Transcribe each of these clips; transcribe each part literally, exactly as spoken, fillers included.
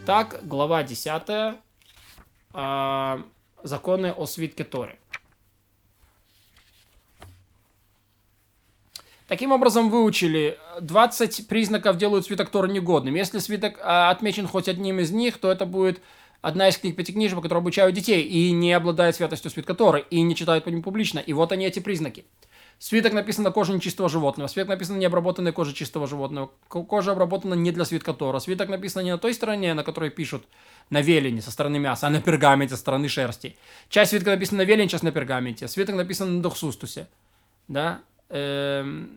Итак, глава десятая. А, законы о свитке Торы. Таким образом, выучили двадцать признаков делают свиток Торы негодным. Если свиток а, отмечен хоть одним из них, то это будет одна из книг Пятикнижия, по которой обучают детей, и не обладает святостью свитка Торы, и не читают по нему публично. И вот они, эти признаки. Свиток написан на коже нечистого животного. Свиток написан на необработанной коже чистого животного. Кожа обработана не для свитка Тора. Свиток написан не на той стороне, на которой пишут на велине со стороны мяса, а на пергаменте со стороны шерсти. Часть свитка написана на велине, часть на пергаменте. Свиток написан на дохсустусе. Да? Эм...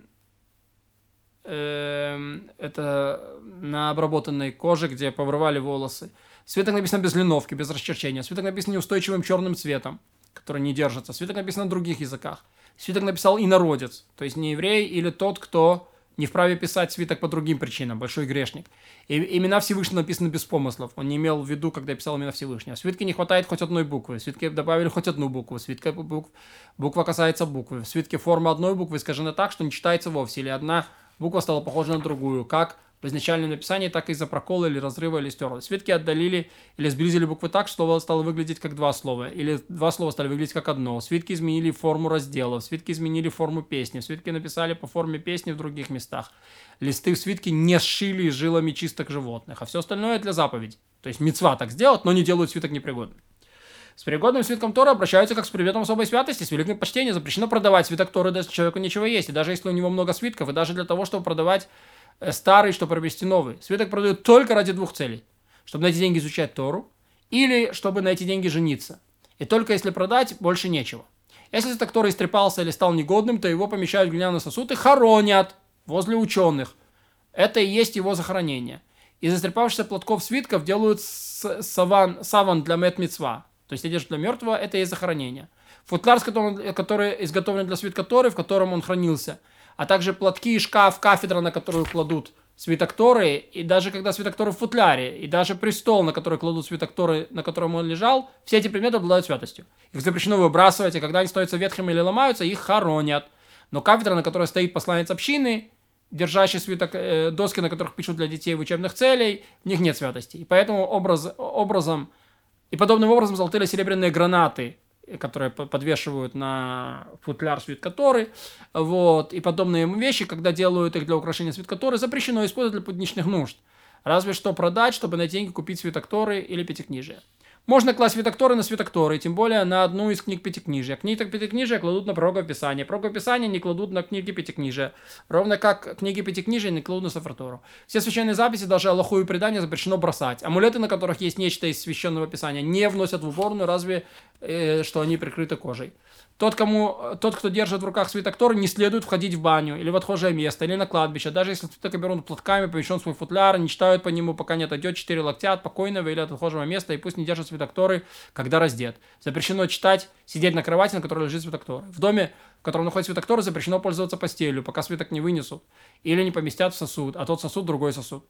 Эм... Это на обработанной коже, где повырывали волосы. Свиток написан без линовки, без расчерчения. Свиток написан неустойчивым черным цветом, который не держится. Свиток написан на других языках. Свиток написал инородец, то есть не еврей или тот, кто не вправе писать свиток по другим причинам, большой грешник. И имена Всевышнего написаны без помыслов. Он не имел в виду, когда писал имена Всевышнего. В свитке не хватает хоть одной буквы. В свитке добавили хоть одну букву. В свитке букв... буква касается буквы. В свитке форма одной буквы искажена так, что не читается вовсе. Или одна буква стала похожа на другую, как в изначальном написании, так и из-за прокола или разрыва или стерла. Свитки отдалили или сблизили буквы так, что слово стало выглядеть как два слова, или два слова стали выглядеть как одно. Свитки изменили форму разделов, свитки изменили форму песни, свитки написали по форме песни в других местах. Листы в свитке не сшили жилами чисток животных, а все остальное для заповедей. То есть мицва так сделать, но не делают свиток непригодным. С пригодным свитком Торы обращаются как с предметом особой святости, с великим почтением. Запрещено продавать свиток Торы, если человеку нечего есть, и даже если у него много свитков, и даже для того, чтобы продавать старый, чтобы приобрести новый. Свиток продают только ради двух целей. Чтобы на эти деньги изучать Тору, или чтобы на эти деньги жениться. И только если продать, больше нечего. Если свиток Торы истрепался или стал негодным, то его помещают в глиняный сосуд и хоронят возле ученых. Это и есть его захоронение. Из истрепавшихся платков свитков делают саван, саван для мет-мицва. То есть одежда для мертвого, это и есть захоронение. Футляр, который изготовлен для свитка Торы, в котором он хранился. А также платки, шкаф, кафедра, на которую кладут свиток Торы, и даже когда свиток Торы в футляре, и даже престол, на который кладут свиток Торы, на котором он лежал, все эти предметы обладают святостью. Их запрещено выбрасывать, и когда они становятся ветхими или ломаются, их хоронят. Но кафедра, на которой стоит посланец общины, держащий свиток, э, доски, на которых пишут для детей в учебных целей, в них нет святости. И поэтому образ, образом, и подобным образом золотые или серебряные гранаты, которые подвешивают на футляр свитка Торы, вот, и подобные ему вещи, когда делают их для украшения свитка Торы, запрещено использовать для путничных нужд. Разве что продать, чтобы на деньги купить свиток Торы или Пятикнижие. Можно класть свиток Торы на свиток Торы, тем более на одну из книг Пятикнижия. Книги Пятикнижия кладут на пророковое Писание. Пророковое Писание не кладут на книги Пятикнижия. Ровно как книги Пятикнижия не кладут на Сефер Тору. Все священные записи, даже Аллаху и предания, запрещено бросать. Амулеты, на которых есть нечто из священного Писания, не вносят в уборную, разве э, что они прикрыты кожей. Тот, кому, тот, кто держит в руках свиток Торы, не следует входить в баню, или в отхожее место, или на кладбище. Даже если свиток обернут платками, помещен в свой футляр, не читают по нему, пока не отойдет четыре локтя от покойного или от отхожего места, и пусть не держат свиток Торы, когда раздет. Запрещено читать, сидеть на кровати, на которой лежит свиток Торы. В доме, в котором находится свиток Торы, запрещено пользоваться постелью, пока свиток не вынесут, или не поместят в сосуд, а тот сосуд другой сосуд,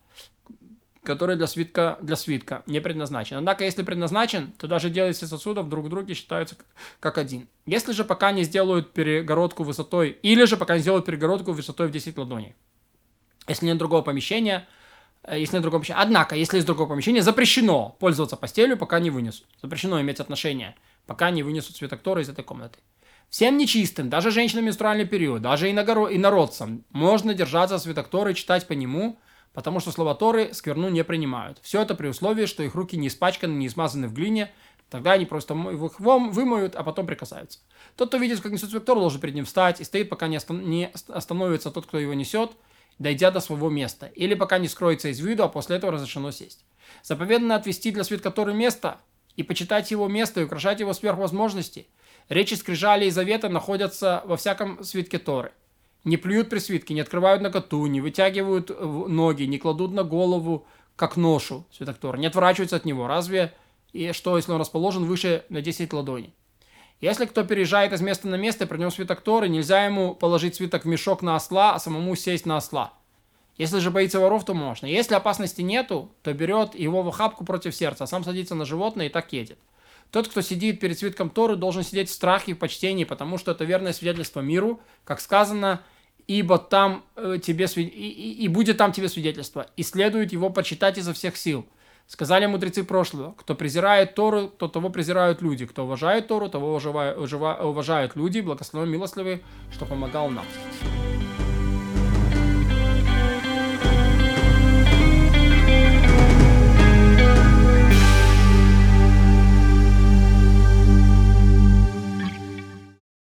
который для свитка, для свитка не предназначен. Однако, если предназначен, то даже делайте сосудов друг в друге считаются как один. Если же пока не сделают перегородку высотой, или же пока не сделают перегородку высотой в десять ладоней. Если нет другого помещения, если нет другого помещения. Однако, если есть другое помещение, запрещено пользоваться постелью, пока не вынесут. Запрещено иметь отношения, пока не вынесут свиток Торы из этой комнаты. Всем нечистым, даже женщинам в менструальный период, даже инородцам, можно держаться свиток Торы и читать по нему, потому что слова Торы скверну не принимают. Все это при условии, что их руки не испачканы, не измазаны в глине. Тогда они просто их вымоют, а потом прикасаются. Тот, кто видит, как несет свиток Торы, должен перед ним встать и стоит, пока не остановится тот, кто его несет, дойдя до своего места. Или пока не скроется из виду, а после этого разрешено сесть. Заповедано отвести для свитка Торы место и почитать его место и украшать его сверх возможностей. Речи скрижали и завета находятся во всяком свитке Торы. Не плюют при свитке, не открывают наготу, не вытягивают ноги, не кладут на голову, как ношу свиток Торы, не отворачиваются от него. Разве и что, если он расположен выше на десять ладоней? Если кто переезжает из места на место и при нем свиток Торы, нельзя ему положить свиток в мешок на осла, а самому сесть на осла. Если же боится воров, то можно. Если опасности нету, то берет его в охапку против сердца, а сам садится на животное и так едет. Тот, кто сидит перед свитком Торы, должен сидеть в страхе и в почтении, потому что это верное свидетельство миру, как сказано, ибо там э, тебе и, и, и будет там тебе свидетельство, и следует его почитать изо всех сил. Сказали мудрецы прошлого, кто презирает Тору, то того презирают люди, кто уважает Тору, того уважают, уважают люди, благословен милостливый, что помогал нам.